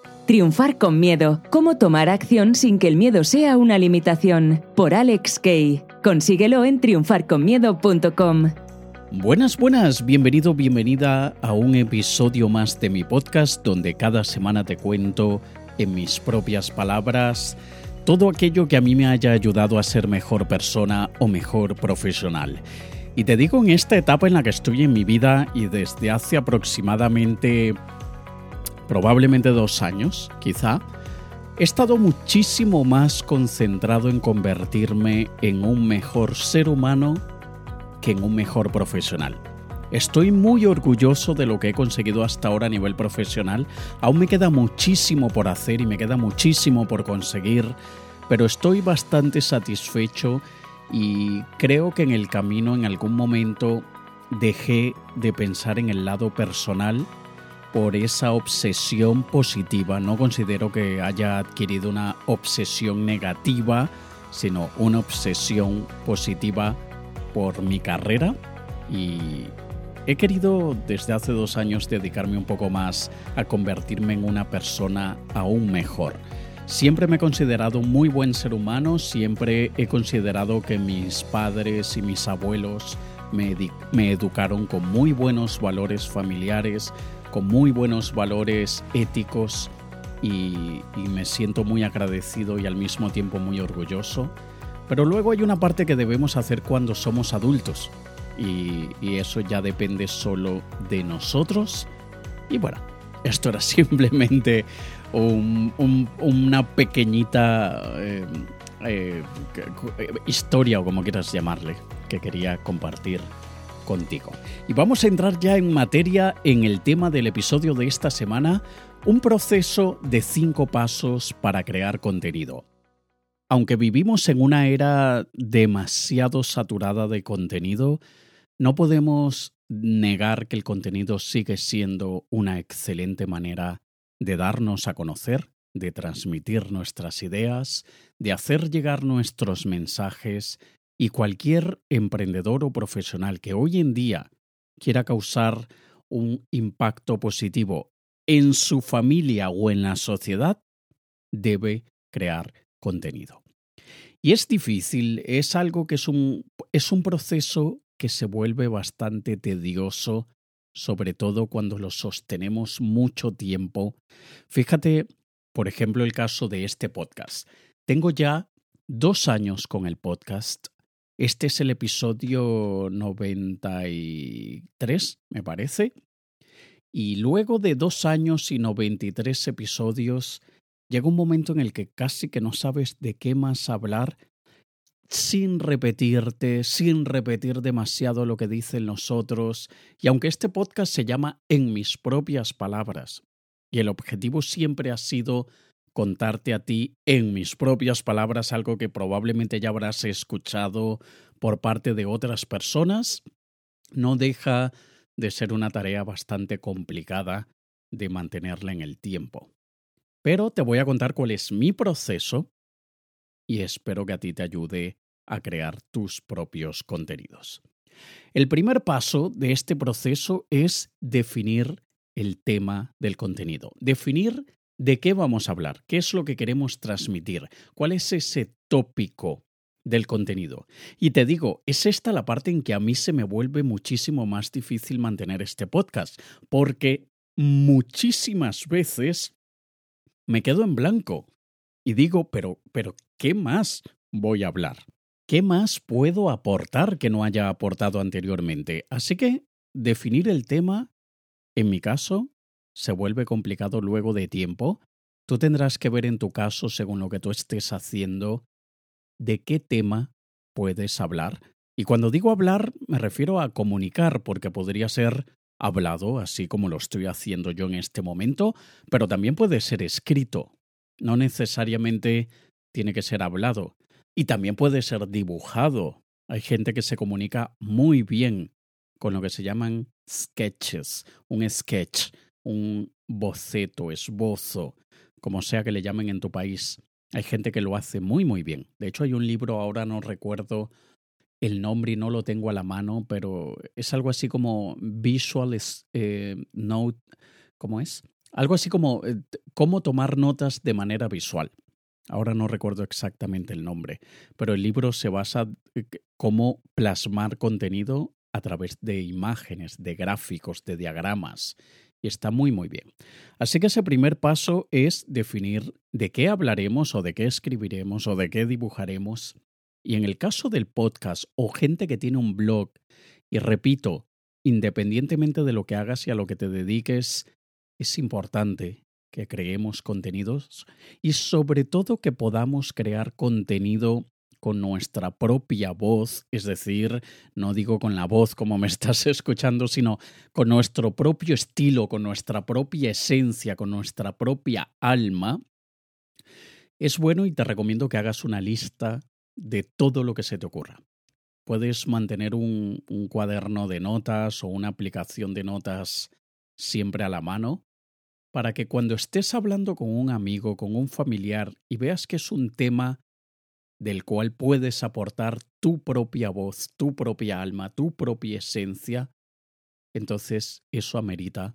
Triunfar con miedo. Cómo tomar acción sin que el miedo sea una limitación. Por Alex Kay. Consíguelo en triunfarconmiedo.com. Buenas, bienvenido, bienvenida a un episodio más de mi podcast donde cada semana te cuento en mis propias palabras todo aquello que a mí me haya ayudado a ser mejor persona o mejor profesional. Y te digo, en esta etapa en la que estoy en mi vida y desde hace aproximadamente, probablemente 2 años, quizá, he estado muchísimo más concentrado en convertirme en un mejor ser humano que en un mejor profesional. Estoy muy orgulloso de lo que he conseguido hasta ahora a nivel profesional. Aún me queda muchísimo por hacer y me queda muchísimo por conseguir, pero estoy bastante satisfecho y creo que en el camino en algún momento dejé de pensar en el lado personal por esa obsesión positiva. No considero que haya adquirido una obsesión negativa, sino una obsesión positiva por mi carrera, y he querido desde hace 2 años dedicarme un poco más a convertirme en una persona aún mejor. Siempre me he considerado un muy buen ser humano, siempre he considerado que mis padres y mis abuelos me educaron con muy buenos valores familiares, con muy buenos valores éticos, y me siento muy agradecido y al mismo tiempo muy orgulloso. Pero luego hay una parte que debemos hacer cuando somos adultos y eso ya depende solo de nosotros. Y bueno, esto era simplemente una pequeñita historia, o como quieras llamarle, que quería compartir contigo. Y vamos a entrar ya en materia en el tema del episodio de esta semana: un proceso de 5 pasos para crear contenido. Aunque vivimos en una era demasiado saturada de contenido, no podemos negar que el contenido sigue siendo una excelente manera de darnos a conocer, de transmitir nuestras ideas, de hacer llegar nuestros mensajes, y cualquier emprendedor o profesional que hoy en día quiera causar un impacto positivo en su familia o en la sociedad debe crear contenido. Y es difícil, es algo que es un proceso que se vuelve bastante tedioso, sobre todo cuando lo sostenemos mucho tiempo. Fíjate, por ejemplo, el caso de este podcast. Tengo ya 2 años con el podcast. Este es el episodio 93, me parece. Y luego de 2 años y 93 episodios, llega un momento en el que casi que no sabes de qué más hablar sin repetirte, sin repetir demasiado lo que dicen los otros. Y aunque este podcast se llama En mis propias palabras, y el objetivo siempre ha sido contarte a ti en mis propias palabras algo que probablemente ya habrás escuchado por parte de otras personas, no deja de ser una tarea bastante complicada de mantenerla en el tiempo. Pero te voy a contar cuál es mi proceso y espero que a ti te ayude a crear tus propios contenidos. El primer paso de este proceso es definir el tema del contenido. Definir de qué vamos a hablar, qué es lo que queremos transmitir, cuál es ese tópico del contenido. Y te digo, es esta la parte en que a mí se me vuelve muchísimo más difícil mantener este podcast, porque muchísimas veces me quedo en blanco y digo, pero ¿qué más voy a hablar? ¿Qué más puedo aportar que no haya aportado anteriormente? Así que definir el tema, en mi caso, se vuelve complicado luego de tiempo. Tú tendrás que ver en tu caso, según lo que tú estés haciendo, de qué tema puedes hablar. Y cuando digo hablar, me refiero a comunicar, porque podría ser hablado, así como lo estoy haciendo yo en este momento, pero también puede ser escrito. No necesariamente tiene que ser hablado. Y también puede ser dibujado. Hay gente que se comunica muy bien con lo que se llaman sketches. Un sketch, un boceto, esbozo, como sea que le llamen en tu país. Hay gente que lo hace muy, muy bien. De hecho, hay un libro, ahora no recuerdo el nombre y no lo tengo a la mano, pero es algo así como Visual Note, ¿cómo es? Algo así como cómo tomar notas de manera visual. Ahora no recuerdo exactamente el nombre, pero el libro se basa en cómo plasmar contenido a través de imágenes, de gráficos, de diagramas. Y está muy, muy bien. Así que ese primer paso es definir de qué hablaremos o de qué escribiremos o de qué dibujaremos. Y en el caso del podcast o gente que tiene un blog, y repito, independientemente de lo que hagas y a lo que te dediques, es importante que creemos contenidos y sobre todo que podamos crear contenido con nuestra propia voz, es decir, no digo con la voz como me estás escuchando, sino con nuestro propio estilo, con nuestra propia esencia, con nuestra propia alma. Es bueno y te recomiendo que hagas una lista de todo lo que se te ocurra. Puedes mantener un cuaderno de notas o una aplicación de notas siempre a la mano para que cuando estés hablando con un amigo, con un familiar y veas que es un tema del cual puedes aportar tu propia voz, tu propia alma, tu propia esencia, entonces eso amerita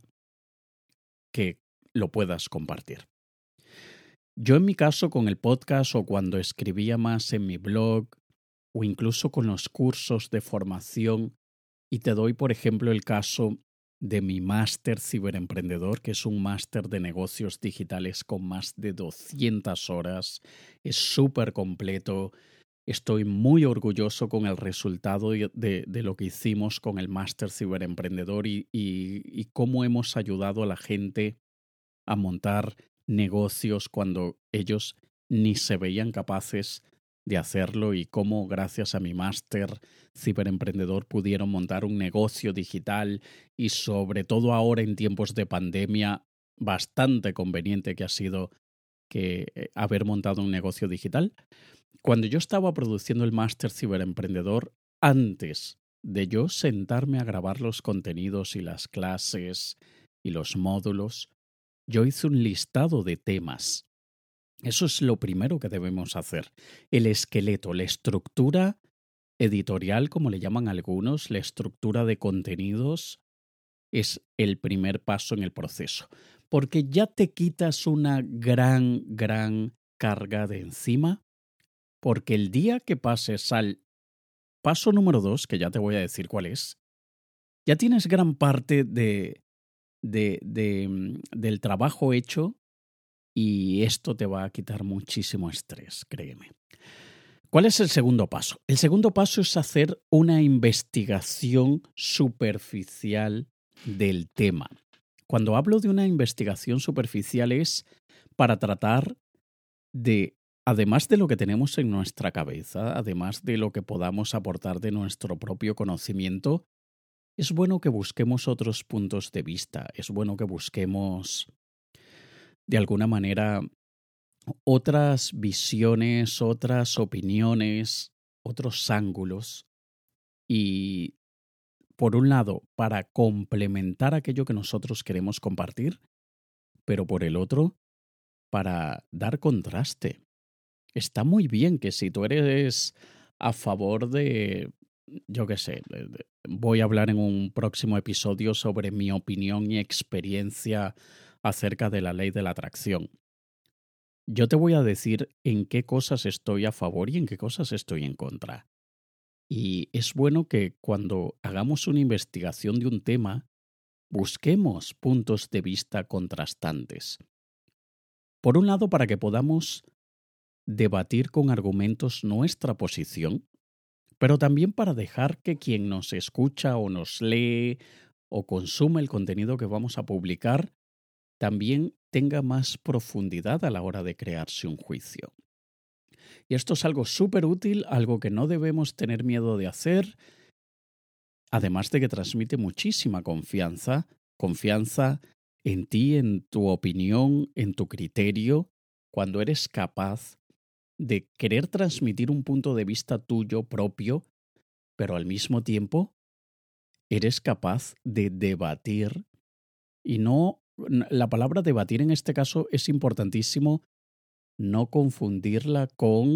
que lo puedas compartir. Yo en mi caso con el podcast o cuando escribía más en mi blog o incluso con los cursos de formación, y te doy por ejemplo el caso de mi máster ciberemprendedor, que es un máster de negocios digitales con más de 200 horas. Es súper completo. Estoy muy orgulloso con el resultado de lo que hicimos con el máster ciberemprendedor y cómo hemos ayudado a la gente a montar negocios cuando ellos ni se veían capaces de hacerlo y cómo gracias a mi máster ciberemprendedor pudieron montar un negocio digital y sobre todo ahora en tiempos de pandemia bastante conveniente que ha sido que haber montado un negocio digital. Cuando yo estaba produciendo el máster ciberemprendedor, antes de yo sentarme a grabar los contenidos y las clases y los módulos, yo hice un listado de temas. Eso es lo primero que debemos hacer. El esqueleto, la estructura editorial, como le llaman algunos, la estructura de contenidos, es el primer paso en el proceso. Porque ya te quitas una gran carga de encima, porque el día que pases al paso número 2, que ya te voy a decir cuál es, ya tienes gran parte del trabajo hecho y esto te va a quitar muchísimo estrés, créeme. ¿Cuál es el segundo paso? El segundo paso es hacer una investigación superficial del tema. Cuando hablo de una investigación superficial es para tratar de, además de lo que tenemos en nuestra cabeza, además de lo que podamos aportar de nuestro propio conocimiento, es bueno que busquemos otros puntos de vista, es bueno que busquemos de alguna manera otras visiones, otras opiniones, otros ángulos y, por un lado, para complementar aquello que nosotros queremos compartir, pero por el otro, para dar contraste. Está muy bien que si tú eres a favor de, yo qué sé, voy a hablar en un próximo episodio sobre mi opinión y experiencia acerca de la ley de la atracción. Yo te voy a decir en qué cosas estoy a favor y en qué cosas estoy en contra. Y es bueno que cuando hagamos una investigación de un tema, busquemos puntos de vista contrastantes. Por un lado, para que podamos debatir con argumentos nuestra posición, pero también para dejar que quien nos escucha o nos lee o consume el contenido que vamos a publicar también tenga más profundidad a la hora de crearse un juicio. Y esto es algo súper útil, algo que no debemos tener miedo de hacer, además de que transmite muchísima confianza en ti, en tu opinión, en tu criterio, cuando eres capaz de querer transmitir un punto de vista tuyo propio, pero al mismo tiempo eres capaz de debatir y no, la palabra debatir en este caso es importantísimo no confundirla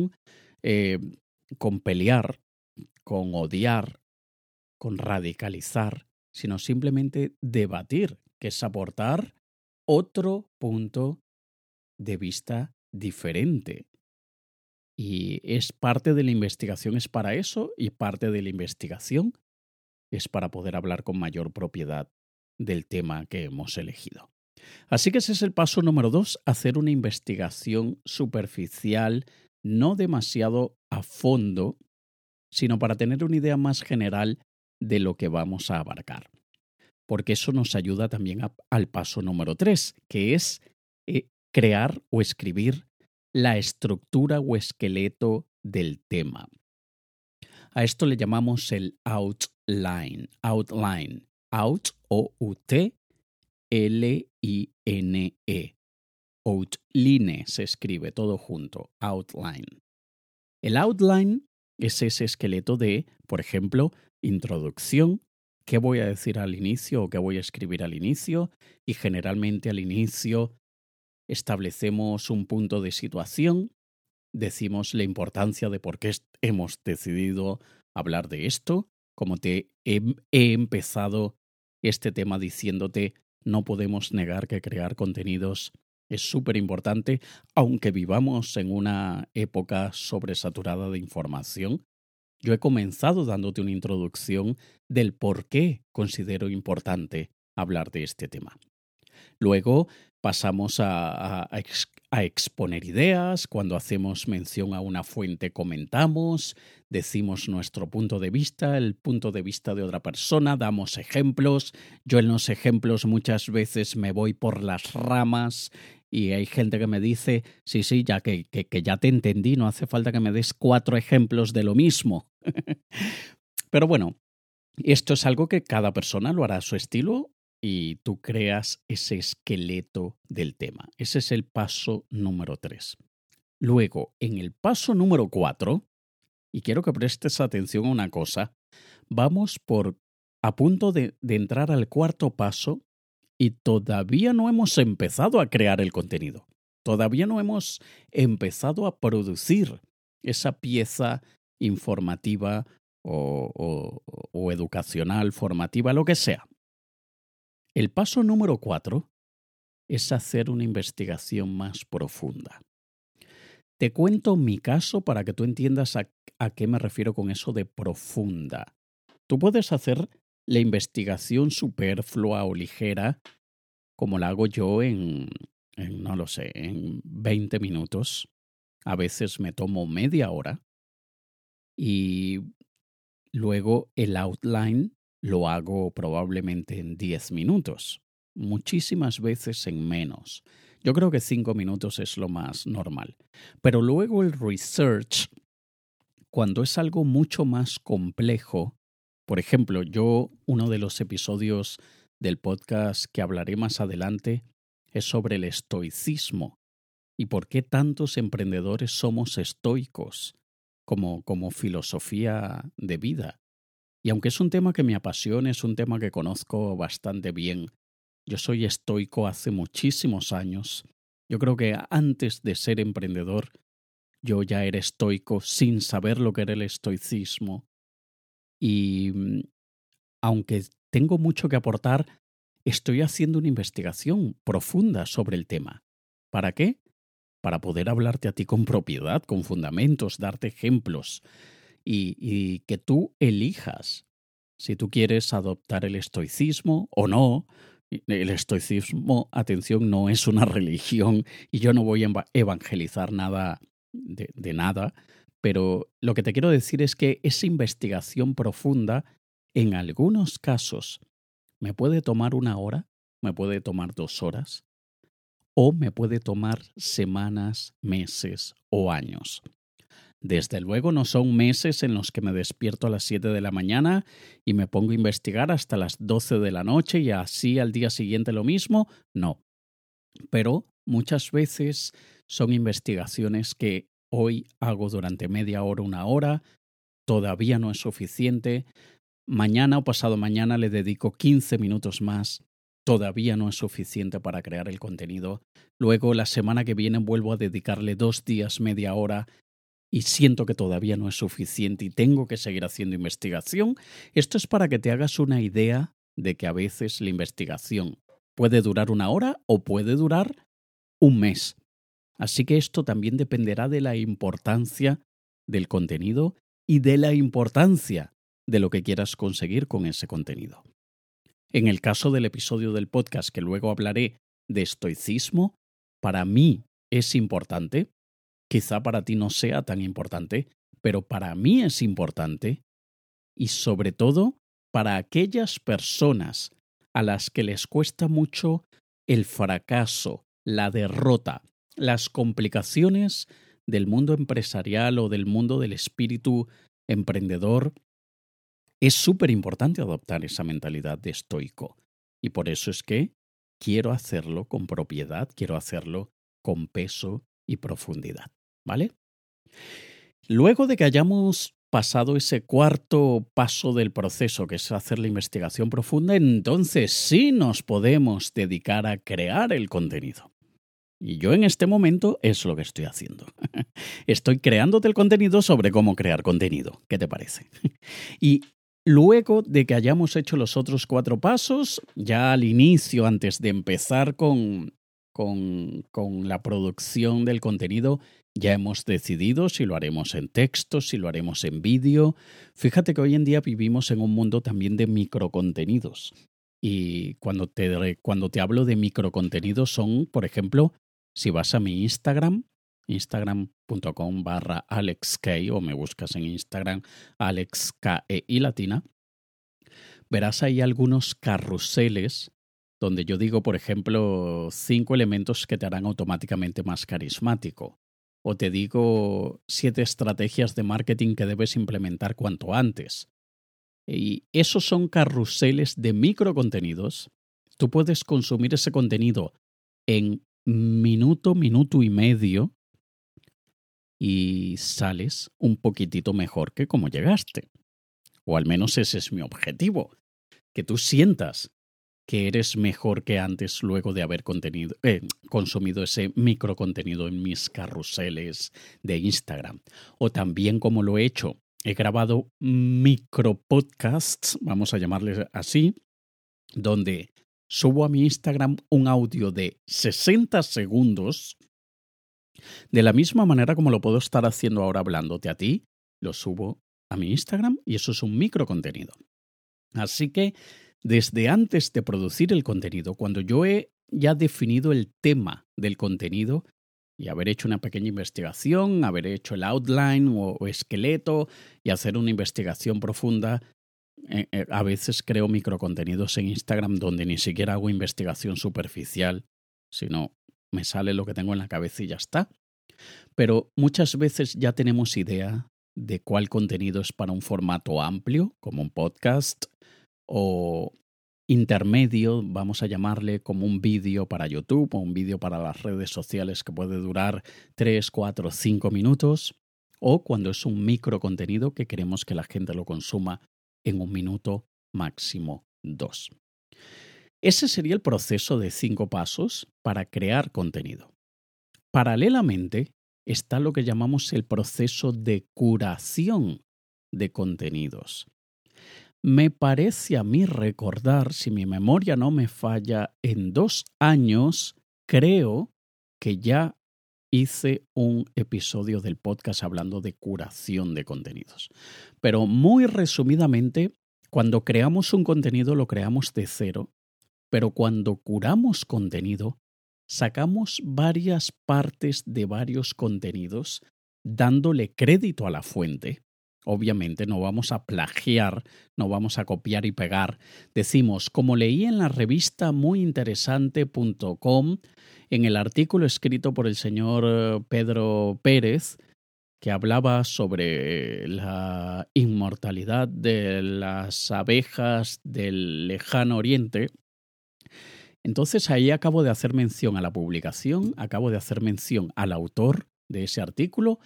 con pelear, con odiar, con radicalizar, sino simplemente debatir, que es aportar otro punto de vista diferente. Y es parte de la investigación, es para eso, y parte de la investigación es para poder hablar con mayor propiedad del tema que hemos elegido. Así que ese es el paso número 2, hacer una investigación superficial, no demasiado a fondo, sino para tener una idea más general de lo que vamos a abarcar. Porque eso nos ayuda también al paso número 3, que es crear o escribir la estructura o esqueleto del tema. A esto le llamamos el outline. Out, O-U-T, L-I-N-E. Outline se escribe todo junto, outline. El outline es ese esqueleto de, por ejemplo, introducción, qué voy a decir al inicio o qué voy a escribir al inicio, y generalmente al inicio establecemos un punto de situación, decimos la importancia de por qué hemos decidido hablar de esto, como te he empezado este tema diciéndote, no podemos negar que crear contenidos es súper importante, aunque vivamos en una época sobresaturada de información. Yo he comenzado dándote una introducción del por qué considero importante hablar de este tema. Luego pasamos a exponer ideas. Cuando hacemos mención a una fuente comentamos, decimos nuestro punto de vista, el punto de vista de otra persona, damos ejemplos. Yo en los ejemplos muchas veces me voy por las ramas y hay gente que me dice, sí, ya que ya te entendí, no hace falta que me des 4 ejemplos de lo mismo. Pero bueno, esto es algo que cada persona lo hará a su estilo y tú creas ese esqueleto del tema. Ese es el paso número 3. Luego, en el paso número 4, y quiero que prestes atención a una cosa, vamos a punto de entrar al 4º paso y todavía no hemos empezado a crear el contenido. Todavía no hemos empezado a producir esa pieza informativa o educacional, formativa, lo que sea. El paso número 4 es hacer una investigación más profunda. Te cuento mi caso para que tú entiendas a qué me refiero con eso de profunda. Tú puedes hacer la investigación superflua o ligera, como la hago yo en 20 minutos. A veces me tomo media hora. Y luego el outline lo hago probablemente en 10 minutos. Muchísimas veces en menos. Yo creo que 5 minutos es lo más normal. Pero luego el research, cuando es algo mucho más complejo, por ejemplo, uno de los episodios del podcast que hablaré más adelante es sobre el estoicismo y por qué tantos emprendedores somos estoicos como filosofía de vida. Y aunque es un tema que me apasiona, es un tema que conozco bastante bien, yo soy estoico hace muchísimos años. Yo creo que antes de ser emprendedor, yo ya era estoico sin saber lo que era el estoicismo. Y aunque tengo mucho que aportar, estoy haciendo una investigación profunda sobre el tema. ¿Para qué? Para poder hablarte a ti con propiedad, con fundamentos, darte ejemplos y que tú elijas si tú quieres adoptar el estoicismo o no. El estoicismo, atención, no es una religión y yo no voy a evangelizar nada de nada, pero lo que te quiero decir es que esa investigación profunda, en algunos casos, me puede tomar 1 hora, me puede tomar 2 horas, o me puede tomar semanas, meses o años. Desde luego no son meses en los que me despierto a las 7 de la mañana y me pongo a investigar hasta las 12 de la noche y así al día siguiente lo mismo. No. Pero muchas veces son investigaciones que hoy hago durante media hora, 1 hora. Todavía no es suficiente. Mañana o pasado mañana le dedico 15 minutos más. Todavía no es suficiente para crear el contenido. Luego la semana que viene vuelvo a dedicarle 2 días, media hora. Y siento que todavía no es suficiente y tengo que seguir haciendo investigación. Esto es para que te hagas una idea de que a veces la investigación Puede durar 1 hora o puede durar 1 mes. Así que esto también dependerá de la importancia del contenido y de la importancia de lo que quieras conseguir con ese contenido. En el caso del episodio del podcast, que luego hablaré de estoicismo, para mí es importante, quizá para ti no sea tan importante, pero para mí es importante, y sobre todo para aquellas personas a las que les cuesta mucho el fracaso, la derrota, las complicaciones del mundo empresarial o del mundo del espíritu emprendedor. Es súper importante adoptar esa mentalidad de estoico. Y por eso es que quiero hacerlo con propiedad, quiero hacerlo con peso y profundidad, ¿vale? Luego de que hayamos pasado ese cuarto paso del proceso, que es hacer la investigación profunda, entonces sí nos podemos dedicar a crear el contenido. Y yo en este momento es lo que estoy haciendo. Estoy creándote el contenido sobre cómo crear contenido. ¿Qué te parece? Y luego de que hayamos hecho los otros 4 pasos, ya al inicio, antes de empezar con la producción del contenido, ya hemos decidido si lo haremos en texto, si lo haremos en vídeo. Fíjate que hoy en día vivimos en un mundo también de microcontenidos. Y cuando te hablo de microcontenidos son, por ejemplo, si vas a mi Instagram, instagram.com/AlexKey, o me buscas en Instagram AlexKEI latina, verás ahí algunos carruseles donde yo digo, por ejemplo, 5 elementos que te harán automáticamente más carismático. O te digo 7 estrategias de marketing que debes implementar cuanto antes. Y esos son carruseles de microcontenidos. Tú puedes consumir ese contenido en minuto y medio y sales un poquitito mejor que como llegaste. O al menos ese es mi objetivo. Que tú sientas que eres mejor que antes luego de haber consumido ese microcontenido en mis carruseles de Instagram. O también, como lo he hecho, he grabado micropodcasts, vamos a llamarles así, donde subo a mi Instagram un audio de 60 segundos, de la misma manera como lo puedo estar haciendo ahora hablándote a ti, lo subo a mi Instagram y eso es un microcontenido. Así que desde antes de producir el contenido, cuando yo he ya definido el tema del contenido y haber hecho una pequeña investigación, haber hecho el outline o esqueleto y hacer una investigación profunda, a veces creo microcontenidos en Instagram donde ni siquiera hago investigación superficial, sino me sale lo que tengo en la cabeza y ya está. Pero muchas veces ya tenemos idea de cuál contenido es para un formato amplio, como un podcast, o intermedio, vamos a llamarle, como un vídeo para YouTube o un vídeo para las redes sociales que puede durar 3, 4, 5 minutos, o cuando es un microcontenido que queremos que la gente lo consuma en 1 minuto, máximo 2. Ese sería el proceso de 5 pasos para crear contenido. Paralelamente está lo que llamamos el proceso de curación de contenidos. Me parece a mí recordar, si mi memoria no me falla, en 2 años creo que ya hice un episodio del podcast hablando de curación de contenidos. Pero muy resumidamente, cuando creamos un contenido lo creamos de cero, pero cuando curamos contenido, sacamos varias partes de varios contenidos dándole crédito a la fuente. Obviamente no vamos a plagiar, no vamos a copiar y pegar. Decimos, como leí en la revista muyinteresante.com, en el artículo escrito por el señor Pedro Pérez, que hablaba sobre la inmortalidad de las abejas del lejano oriente. Entonces ahí acabo de hacer mención a la publicación, acabo de hacer mención al autor de ese artículo,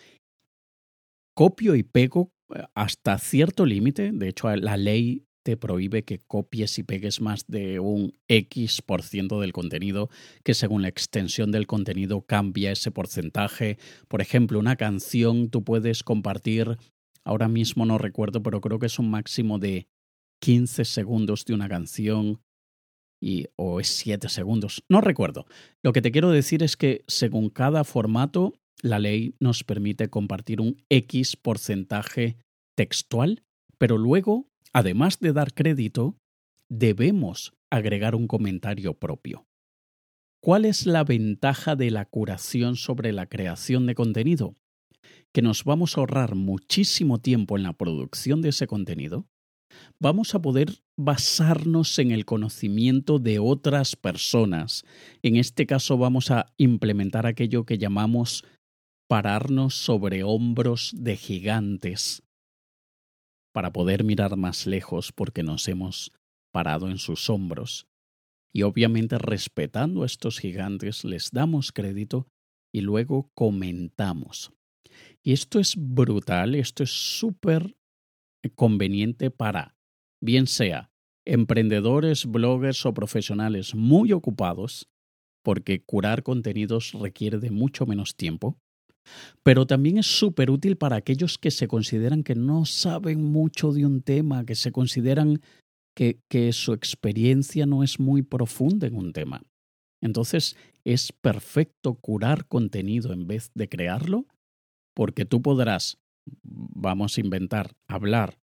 copio y pego hasta cierto límite. De hecho, la ley te prohíbe que copies y pegues más de un X% del contenido, que según la extensión del contenido cambia ese porcentaje. Por ejemplo, una canción tú puedes compartir, ahora mismo no recuerdo, pero creo que es un máximo de 15 segundos de una canción. o es 7 segundos, no recuerdo. Lo que te quiero decir es que según cada formato, la ley nos permite compartir un X porcentaje textual, pero luego, además de dar crédito, debemos agregar un comentario propio. ¿Cuál es la ventaja de la curación sobre la creación de contenido? Que nos vamos a ahorrar muchísimo tiempo en la producción de ese contenido. Vamos a poder basarnos en el conocimiento de otras personas. En este caso vamos a implementar aquello que llamamos pararnos sobre hombros de gigantes para poder mirar más lejos porque nos hemos parado en sus hombros. Y obviamente respetando a estos gigantes les damos crédito y luego comentamos. Y esto es brutal, esto es súper conveniente para, bien sea emprendedores, bloggers o profesionales muy ocupados, porque curar contenidos requiere de mucho menos tiempo, pero también es súper útil para aquellos que se consideran que no saben mucho de un tema, que se consideran que su experiencia no es muy profunda en un tema. Entonces es perfecto curar contenido en vez de crearlo, porque tú podrás, vamos a inventar, hablar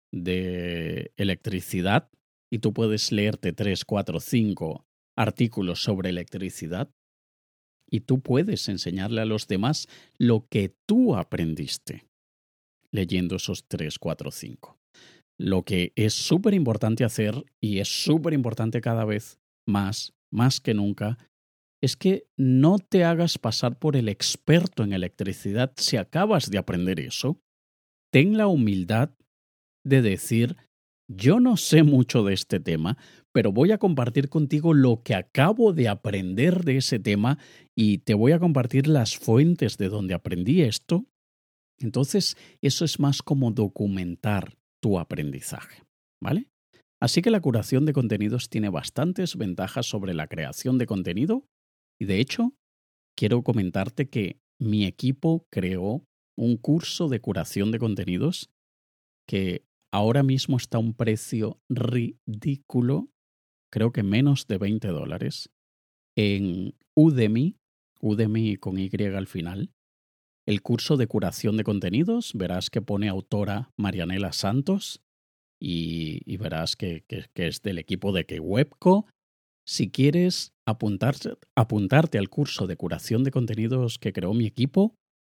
de electricidad y tú puedes leerte 3, 4, 5 artículos sobre electricidad y tú puedes enseñarle a los demás lo que tú aprendiste leyendo esos 3, 4, 5. Lo que es súper importante hacer y es súper importante cada vez más que nunca, es que no te hagas pasar por el experto en electricidad si acabas de aprender eso. Ten la humildad de decir, yo no sé mucho de este tema, pero voy a compartir contigo lo que acabo de aprender de ese tema y te voy a compartir las fuentes de donde aprendí esto. Entonces, eso es más como documentar tu aprendizaje, ¿vale? Así que la curación de contenidos tiene bastantes ventajas sobre la creación de contenido y de hecho, quiero comentarte que mi equipo creó un curso de curación de contenidos que ahora mismo está a un precio ridículo, creo que menos de $20, en Udemy con Y al final. El curso de curación de contenidos, verás que pone autora Marianela Santos y verás que es del equipo de Webco. Si quieres apuntarte al curso de curación de contenidos que creó mi equipo,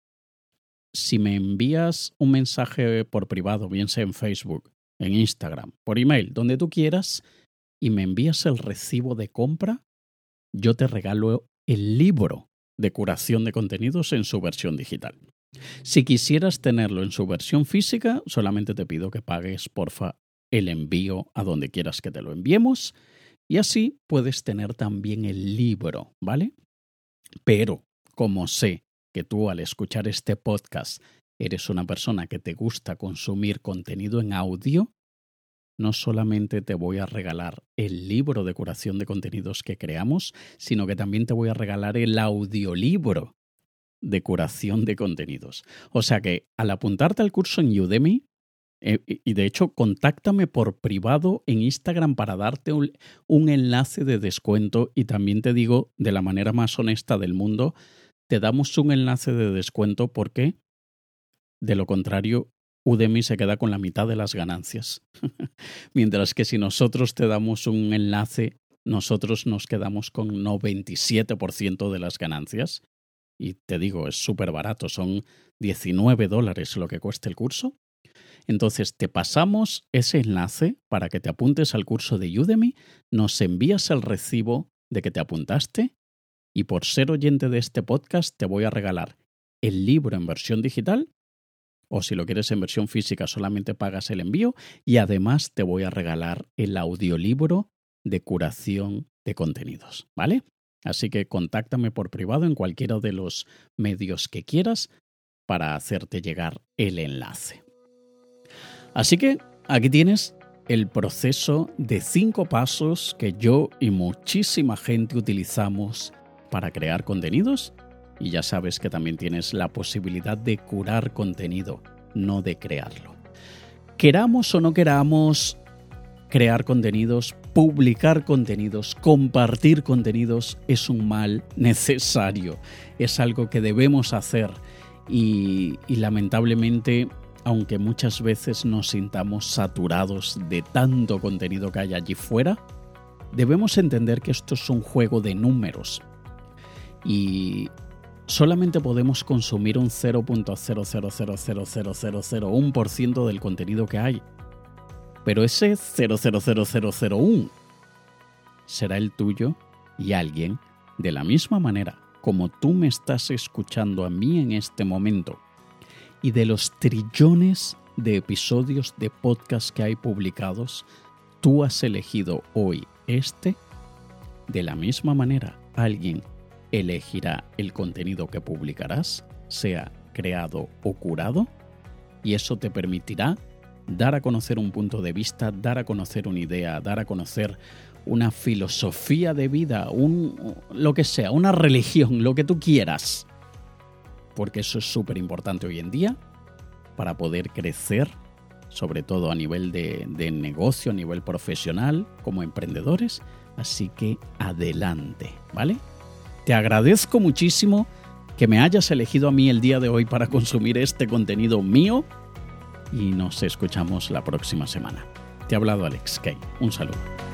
si me envías un mensaje por privado, bien sea en Facebook, en Instagram, por email, donde tú quieras, y me envías el recibo de compra, yo te regalo el libro de curación de contenidos en su versión digital. Si quisieras tenerlo en su versión física, solamente te pido que pagues, porfa, el envío a donde quieras que te lo enviemos y así puedes tener también el libro, ¿vale? Pero, como sé que tú al escuchar este podcast eres una persona que te gusta consumir contenido en audio, no solamente te voy a regalar el libro de curación de contenidos que creamos, sino que también te voy a regalar el audiolibro de curación de contenidos. O sea que al apuntarte al curso en Udemy, y de hecho contáctame por privado en Instagram para darte un enlace de descuento y también te digo de la manera más honesta del mundo, te damos un enlace de descuento porque de lo contrario Udemy se queda con la mitad de las ganancias. Mientras que si nosotros te damos un enlace, nosotros nos quedamos con 97% de las ganancias. Y te digo, es súper barato, son $19 lo que cuesta el curso. Entonces te pasamos ese enlace para que te apuntes al curso de Udemy, nos envías el recibo de que te apuntaste y por ser oyente de este podcast te voy a regalar el libro en versión digital o si lo quieres en versión física solamente pagas el envío y además te voy a regalar el audiolibro de curación de contenidos, ¿vale? Así que contáctame por privado en cualquiera de los medios que quieras para hacerte llegar el enlace. Así que aquí tienes el proceso de 5 pasos que yo y muchísima gente utilizamos para crear contenidos. Y ya sabes que también tienes la posibilidad de curar contenido, no de crearlo. Queramos o no queramos crear contenidos, publicar contenidos, compartir contenidos es un mal necesario. Es algo que debemos hacer y lamentablemente, aunque muchas veces nos sintamos saturados de tanto contenido que hay allí fuera, debemos entender que esto es un juego de números y solamente podemos consumir un 0.0000001% del contenido que hay. Pero ese 0.00001 será el tuyo y alguien, de la misma manera como tú me estás escuchando a mí en este momento, y de los trillones de episodios de podcast que hay publicados, tú has elegido hoy este. De la misma manera, alguien elegirá el contenido que publicarás, sea creado o curado, y eso te permitirá dar a conocer un punto de vista, dar a conocer una idea, dar a conocer una filosofía de vida, lo que sea, una religión, lo que tú quieras. Porque eso es súper importante hoy en día para poder crecer, sobre todo a nivel de negocio, a nivel profesional, como emprendedores. Así que adelante, ¿vale? Te agradezco muchísimo que me hayas elegido a mí el día de hoy para consumir este contenido mío y nos escuchamos la próxima semana. Te ha hablado Alex Kay. Un saludo.